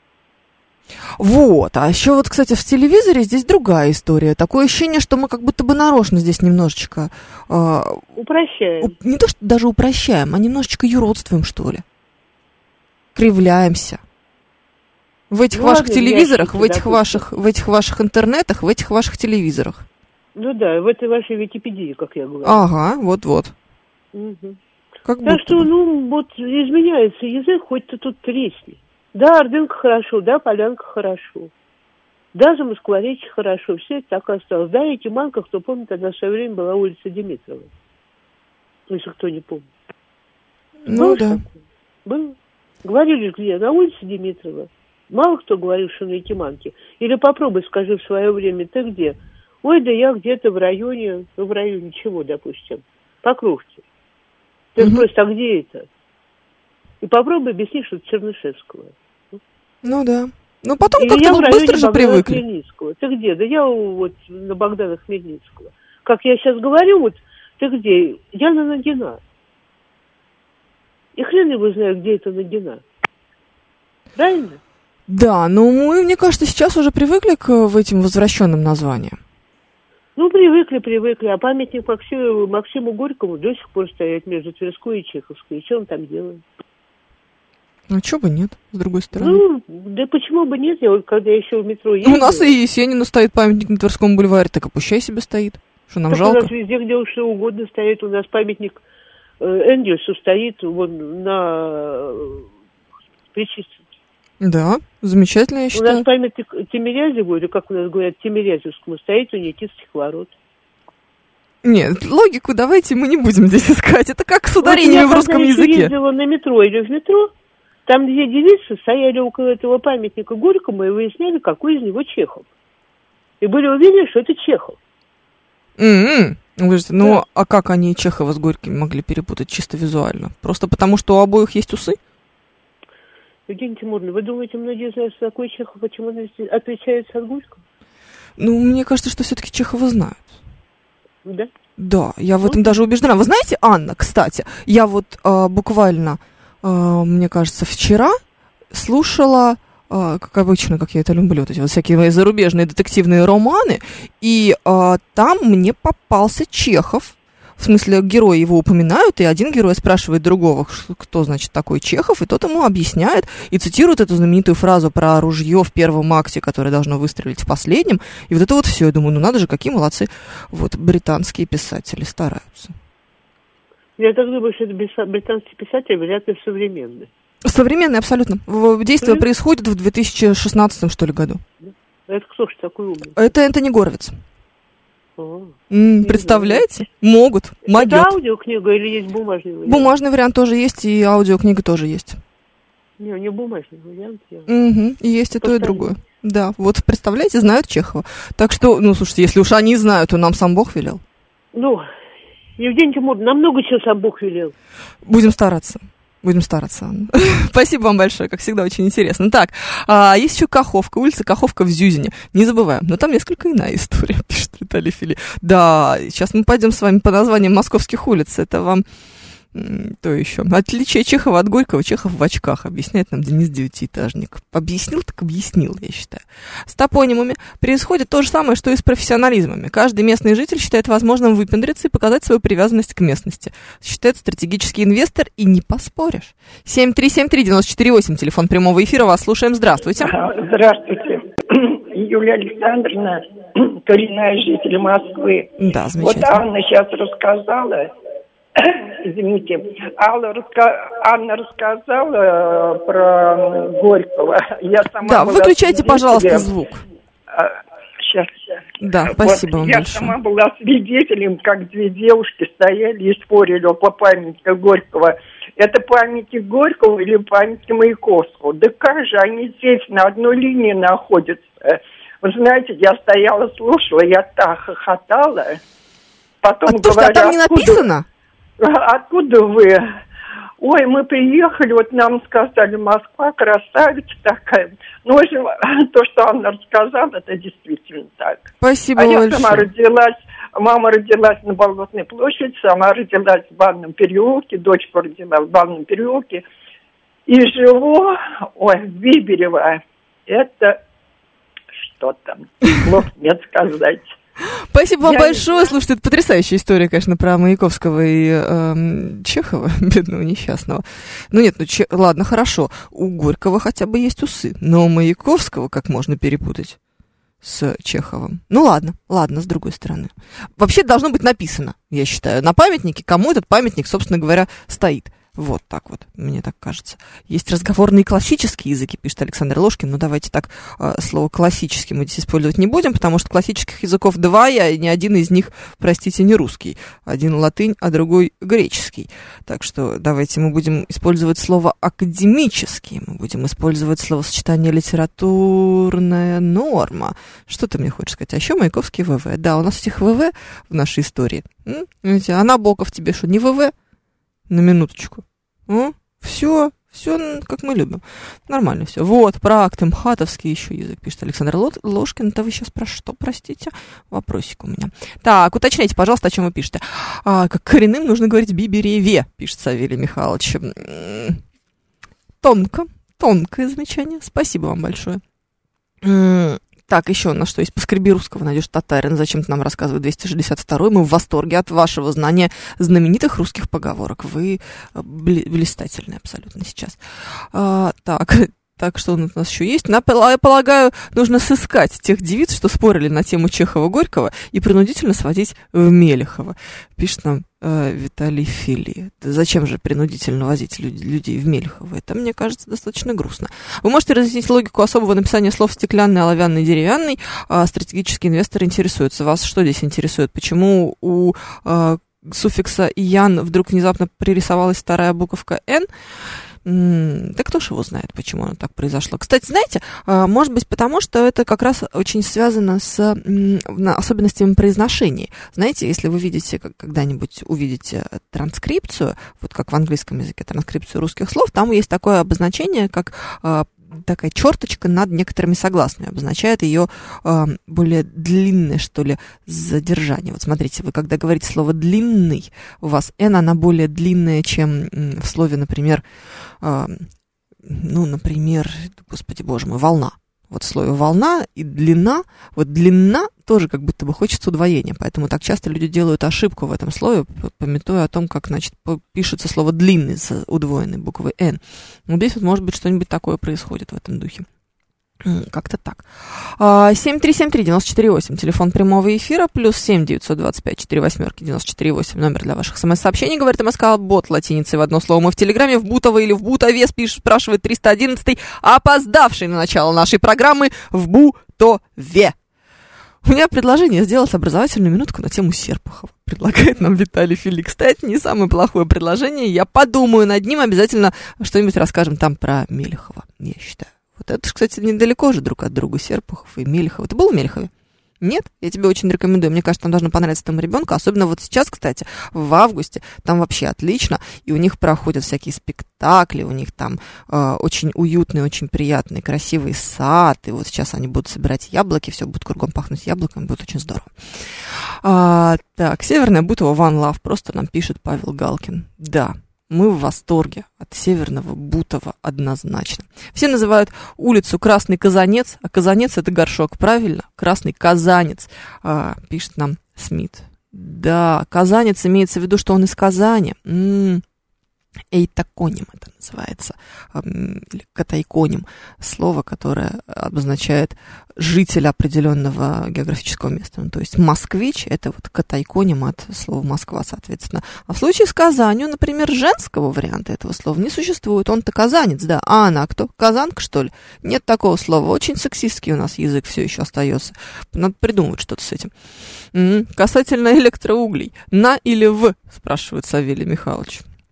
Вот, а еще вот, кстати, в телевизоре здесь другая история. Такое ощущение, что мы как будто бы нарочно здесь немножечко... упрощаем. Не то, что даже упрощаем, а немножечко юродствуем, что ли. Кривляемся. В этих ваших телевизорах, в этих ваших интернетах, в этих ваших телевизорах. Ну да, в этой вашей Википедии, как я говорю. Ага, вот-вот. Угу. Так что, вот изменяется язык, хоть ты тут тресни. Да, Ордынка хорошо, да, Полянка хорошо. Да, Замоскворечье хорошо, все это так осталось. Да, Якиманка, кто помнит, она в свое время была улица Димитрова. Если кто не помнит. Ну да. Было. Говорили, где? На улице Димитрова. Мало кто говорил, что на Якиманке. Или попробуй, скажи в свое время, ты где? Ой, да я где-то в районе чего, допустим, Покровки. Ты спросишь, а где это? И попробуй объяснить, что это Чернышевского. Ну да. Ну потом как-то мы быстро же привыкли. Ты где? Да я вот на Богдана Хмельницкого. Как я сейчас говорю, вот ты где? Я на Нагина. И хрен его знает, где это Нагина. Правильно? Да, но мы, мне кажется, сейчас уже привыкли к этим возвращенным названиям. Ну, привыкли. А памятник Максиму Горькому до сих пор стоит между Тверской и Чеховской. И что он там делает? А чего бы нет, с другой стороны? Ну, да почему бы нет? Я вот когда еще в метро ездила... У нас и Есенину стоит памятник на Тверском бульваре, так и пущай себе стоит. Что нам так жалко? У нас везде, где что угодно стоит. У нас памятник Энгельсу стоит вон на Пречистенке. Да, замечательно, я считаю. У нас памятник Тимирязеву, или как у нас говорят, Тимирязевскому, стоит у Никитских ворот. Нет, логику давайте мы не будем здесь искать. Это как с ударениями в русском языке. Я ездила на метро или в метро, там две девицы стояли около этого памятника Горькому и выясняли, какой из него Чехов. И были уверены, что это Чехов. Подождите, ну а как они Чехова с Горьким могли перепутать чисто визуально? Просто потому, что у обоих есть усы? Евгения Тимуровна, вы думаете, многие знают, что такое Чехов, почему он отличается от Горького? Ну, мне кажется, что все-таки Чехова знают. Да? Да, я в этом даже убеждена. Вы знаете, Анна, кстати, я вот буквально, мне кажется, вчера слушала, как обычно, как я это люблю, вот эти вот всякие мои зарубежные детективные романы, и там мне попался Чехов. В смысле, герои его упоминают, и один герой спрашивает другого, кто, значит, такой Чехов, и тот ему объясняет и цитирует эту знаменитую фразу про ружье в первом акте, которое должно выстрелить в последнем. И вот это вот все. Я думаю, ну надо же, какие молодцы вот британские писатели стараются. Я так думаю, что это британские писатели вряд ли современные. Современные, абсолютно. Действие происходит в 2016, что ли, году. Это кто же такой умный? Это Энтони Горовиц. Представляете? Могут. Могет. Это аудиокнига или есть бумажный вариант? Бумажный вариант тоже есть, и аудиокнига тоже есть. Не бумажный вариант. И есть и то, и другое. Да, вот представляете, знают Чехова. Так что, ну, слушайте, если уж они знают, то нам сам Бог велел. Ну, Евгений Тимурович, нам много чего сам Бог велел. Будем стараться. Будем стараться, Анна. Спасибо вам большое, как всегда, очень интересно. Так, есть еще Каховка, улица Каховка в Зюзине. Не забываем, но там несколько иная история, пишет Виталий Фили. Да, сейчас мы пойдем с вами по названиям московских улиц. Это вам то еще. Отличие Чехова от Горького. Чехов в очках, объясняет нам Денис Девятиэтажник. Объяснил, так объяснил, я считаю. С топонимами происходит то же самое, что и с профессионализмами. Каждый местный житель считает возможным выпендриться и показать свою привязанность к местности. Считает стратегический инвестор, и не поспоришь. 7373948, телефон прямого эфира, вас слушаем. Здравствуйте. Здравствуйте. Юлия Александровна, коренная житель Москвы. Да, замечательно. Вот Анна сейчас рассказала, извините, Анна рассказала про Горького. Я сама да, выключайте, пожалуйста, звук. Сейчас. Да, спасибо вам я большое. сама была свидетелем, как две девушки стояли и спорили по памятнику Горького. Это памятник Горького или памятник Маяковского? Да как же они здесь на одной линии находятся? Вы знаете, я стояла, слушала, я так хохотала. Потом говорю, там не написано? Откуда вы? Ой, мы приехали, вот нам сказали, Москва красавица такая. Ну, в общем, то, что Анна рассказала, это действительно так. Спасибо большое. Я мама родилась на Болотной площади, сама родилась в Банном переулке, дочка родилась в Банном переулке. И живу, в Биберево. Это что там? Плохо нет сказать. Спасибо вам большое. Слушайте, это потрясающая история, конечно, про Маяковского и Чехова, бедного несчастного. Ладно, хорошо. У Горького хотя бы есть усы, но у Маяковского как можно перепутать с Чеховым? Ну ладно, с другой стороны. Вообще должно быть написано, я считаю, на памятнике, кому этот памятник, собственно говоря, стоит. Вот так вот, мне так кажется. Есть разговорные классические языки, пишет Александр Ложкин, но давайте так, слово «классический» мы здесь использовать не будем, потому что классических языков два, и ни один из них, простите, не русский. Один латынь, а другой греческий. Так что давайте мы будем использовать слово «академический», мы будем использовать словосочетание «литературная норма». Что ты мне хочешь сказать? А еще Маяковский ВВ. Да, у нас этих ВВ в нашей истории. А Набоков тебе что, не ВВ? На минуточку. Все, как мы любим. Нормально все. Вот, про акты МХАТовский еще язык, пишет Александр Ложкин. Это вы сейчас про что, простите? Вопросик у меня. Так, уточняйте, пожалуйста, о чем вы пишете. Как коренным нужно говорить Бибереве, пишет Савелий Михайлович. Тонкое замечание. Спасибо вам большое. Так, еще у нас что есть? Поскреби русского, найдешь татарин. Зачем ты нам рассказывает 262-й? Мы в восторге от вашего знания знаменитых русских поговорок. Вы блистательны абсолютно сейчас. Так, что у нас еще есть? Я полагаю, нужно сыскать тех девиц, что спорили на тему Чехова-Горького, и принудительно сводить в Мелехова. Пишет нам Виталий Фили. Зачем же принудительно возить людей в Мелехово? Это, мне кажется, достаточно грустно. Вы можете разъяснить логику особого написания слов стеклянный, оловянный, деревянный? Стратегические инвесторы интересуются. Вас что здесь интересует? Почему у суффикса «ян» вдруг внезапно пририсовалась вторая буковка «н»? Да кто ж его знает, почему оно так произошло. Кстати, знаете, может быть, потому что это как раз очень связано с особенностями произношения. Знаете, если вы видите, когда-нибудь увидите транскрипцию, вот как в английском языке транскрипцию русских слов, там есть такое обозначение, как такая черточка над некоторыми согласными, обозначает ее более длинное, что ли, задержание. Вот смотрите, вы когда говорите слово «длинный», у вас «н», она более длинная, чем в слове, например, господи боже мой, «волна». Вот в слове «волна» и «длина», вот «длина» тоже как будто бы хочется удвоения, поэтому так часто люди делают ошибку в этом слове, памятуя о том, как, значит, пишется слово «длинный» с удвоенной буквой «н». Вот здесь вот, может быть, что-нибудь такое происходит в этом духе. Как-то так. 7373948, телефон прямого эфира, плюс 7-925-48-94-8, номер для ваших смс-сообщений, говорит МСК, бот латиницей в одно слово. Мы в Телеграме, в Бутово или в Бутове, спрашивает 311-й, опоздавший на начало нашей программы в Бутове. У меня предложение сделать образовательную минутку на тему Серпухова. Предлагает нам Виталий Фили. Кстати, не самое плохое предложение. Я подумаю над ним, обязательно что-нибудь расскажем там про Мелехова, я считаю. Вот это, кстати, недалеко же друг от друга, Серпухов и Мелехов. Ты был в Мелехове? Нет? Я тебе очень рекомендую. Мне кажется, там должно понравиться этому ребенку. Особенно вот сейчас, кстати, в августе. Там вообще отлично. И у них проходят всякие спектакли. У них там очень уютный, очень приятный, красивый сад. И вот сейчас они будут собирать яблоки. Все будет кругом пахнуть яблоками. Будет очень здорово. Так, Северная Бутово, One Love. Просто нам пишет Павел Галкин. Да. Мы в восторге от Северного Бутова однозначно. Все называют улицу Красный Казанец, а Казанец — это горшок, правильно? Красный Казанец, пишет нам Смит. Да, Казанец имеется в виду, что он из Казани. Эйтаконим это называется, или катайконим, слово, которое обозначает жителя определенного географического места. Ну, то есть москвич — это вот катайконим от слова Москва, соответственно. А в случае с Казанью, например, женского варианта этого слова не существует. Он-то казанец, да. А она кто? Казанка, что ли? Нет такого слова. Очень сексистский у нас язык все еще остается. Надо придумывать что-то с этим. Касательно электроуглей. На или в, спрашивает Савелий Михайлович.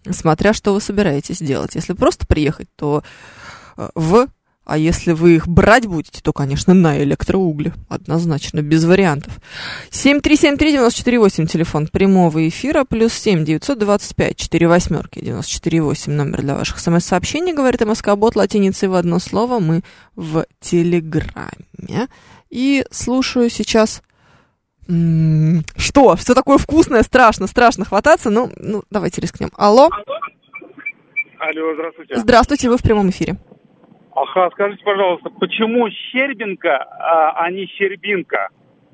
Смотря что вы собираетесь делать. Если просто приехать, то а если вы их брать будете, то, конечно, на электроугле. Однозначно, без вариантов. 7373948, телефон прямого эфира, +7 925 48 94 номер для ваших смс-сообщений, говорит МСК-бот, латиницей в одно слово. Мы в Телеграме. И слушаю сейчас... Что такое вкусное? Страшно хвататься. Ну, давайте рискнем. Алло. Алло, здравствуйте. Здравствуйте, вы в прямом эфире. Ага, скажите, пожалуйста, почему Щербинка, а не Щербинка?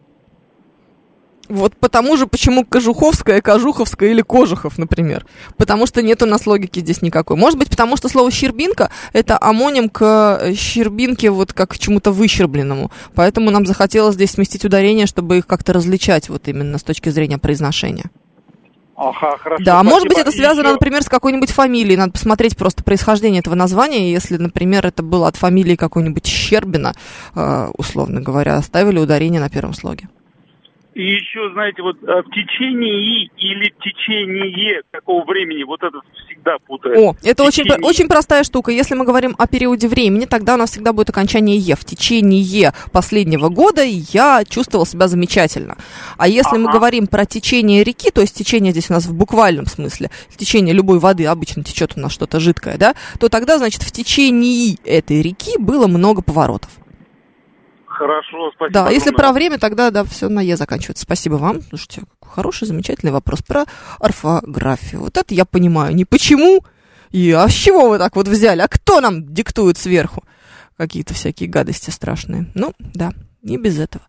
Вот потому же, почему Кожуховская, Кожуховская или Кожухов, например. Потому что нет у нас логики здесь никакой. Может быть, потому что слово «щербинка» — это амоним к щербинке, вот как к чему-то выщербленному. Поэтому нам захотелось здесь сместить ударение, чтобы их как-то различать вот именно с точки зрения произношения. Ага, хорошо. Да, спасибо. может быть, это связано, например, с какой-нибудь фамилией. Надо посмотреть просто происхождение этого названия. Если, например, это было от фамилии какой-нибудь Щербина, условно говоря, оставили ударение на первом слоге. И еще, знаете, вот в течение или в течение какого времени, вот это всегда путает. О, это очень простая штука. Если мы говорим о периоде времени, тогда у нас всегда будет окончание «е». В течение последнего года я чувствовал себя замечательно. А если мы говорим про течение реки, то есть течение здесь у нас в буквальном смысле, течение любой воды, обычно течет у нас что-то жидкое, да, то тогда, значит, в течение этой реки было много поворотов. Хорошо, спасибо. Да, если про время, тогда, да, все на «е» заканчивается. Спасибо вам. Слушайте, хороший, замечательный вопрос про орфографию. Вот это я понимаю. Не почему, а с чего вы так вот взяли? А кто нам диктует сверху какие-то всякие гадости страшные? Ну, да, не без этого.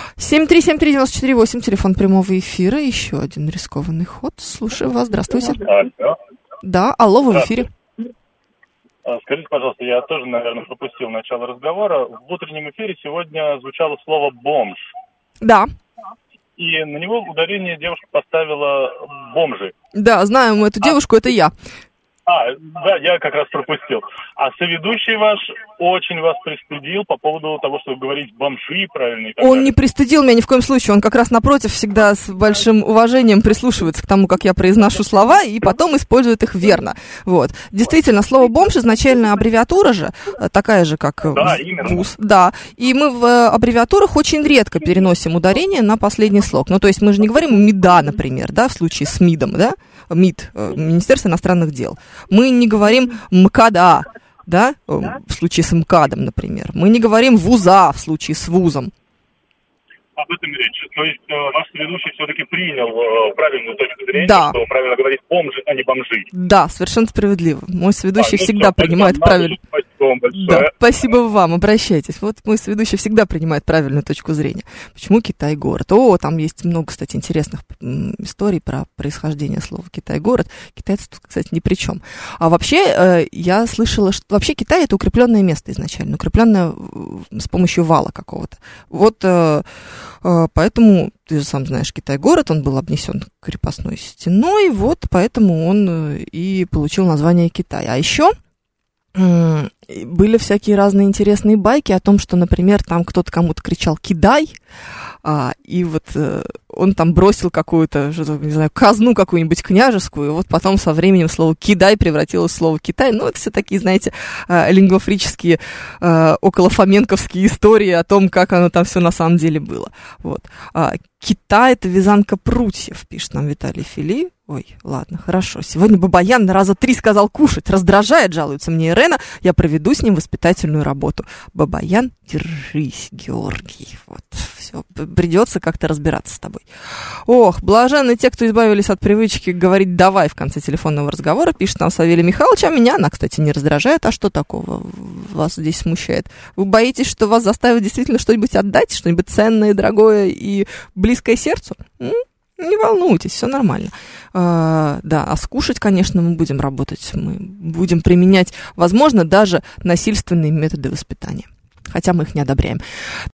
7373948, телефон прямого эфира. Еще один рискованный ход. Слушаю вас. Здравствуйте. Алло. Да, алло, вы в эфире. Скажите, пожалуйста, я тоже, наверное, пропустил начало разговора. В утреннем эфире сегодня звучало слово «бомж». Да. И на него ударение девушка поставила «бомжи». Да, знаем мы эту девушку, это я. Да, я как раз пропустил. А соведущий ваш очень вас пристыдил по поводу того, что вы говорите «бомжи» правильно и так Он далее. не пристыдил меня ни в коем случае, он как раз напротив всегда с большим уважением прислушивается к тому, как я произношу слова, и потом использует их верно. Вот. Действительно, слово «бомж» изначально аббревиатура же, такая же, как ВУЗ. Да, и мы в аббревиатурах очень редко переносим ударение на последний слог. Ну, то есть мы же не говорим «МИДа», например, да, в случае с МИДом, да, МИД, Министерство иностранных дел. Мы не говорим «МКАДа», да, в случае с МКАДом, например. Мы не говорим «ВУЗа» в случае с ВУЗом. Об этом и речь. То есть ваш ведущий все-таки принял правильную точку зрения, да. Что правильно говорить «бомжи», а не «бомжи». Да, совершенно справедливо. Мой сведущий всегда принимает правильно. Да, спасибо вам, обращайтесь. Вот мой сведущий всегда принимает правильную точку зрения. Почему Китай-город? Там есть много, кстати, интересных историй про происхождение слова Китай-город. Китайцы тут, кстати, ни при чем. А вообще, я слышала, что вообще Китай — это укрепленное место изначально, укрепленное с помощью вала какого-то. Вот поэтому, ты же сам знаешь, Китай-город, он был обнесен крепостной стеной, вот поэтому он и получил название Китай. А еще были всякие разные интересные байки о том, что, например, там кто-то кому-то кричал «кидай», и вот он там бросил какую-то, не знаю, казну какую-нибудь княжескую, и вот потом со временем слово «кидай» превратилось в слово «Китай». Ну, это все такие, знаете, лингвофрические, околофоменковские истории о том, как оно там все на самом деле было. Вот. Китай — это вязанка прутьев, пишет нам Виталий Фили. Ой, ладно, хорошо. Сегодня Бабаян раза 3 сказал кушать. Раздражает, жалуется мне Ирена. Я проведу с ним воспитательную работу. Бабаян, держись, Георгий. Вот, все, придется как-то разбираться с тобой. Ох, блаженны те, кто избавились от привычки говорить «давай» в конце телефонного разговора, пишет нам Савелий Михайлович. А меня она, кстати, не раздражает. А что такого вас здесь смущает? Вы боитесь, что вас заставят действительно что-нибудь отдать? Что-нибудь ценное, дорогое и близкое сердцу? Не волнуйтесь, все нормально. Да, а скушать, конечно, мы будем работать. Мы будем применять, возможно, даже насильственные методы воспитания. Хотя мы их не одобряем.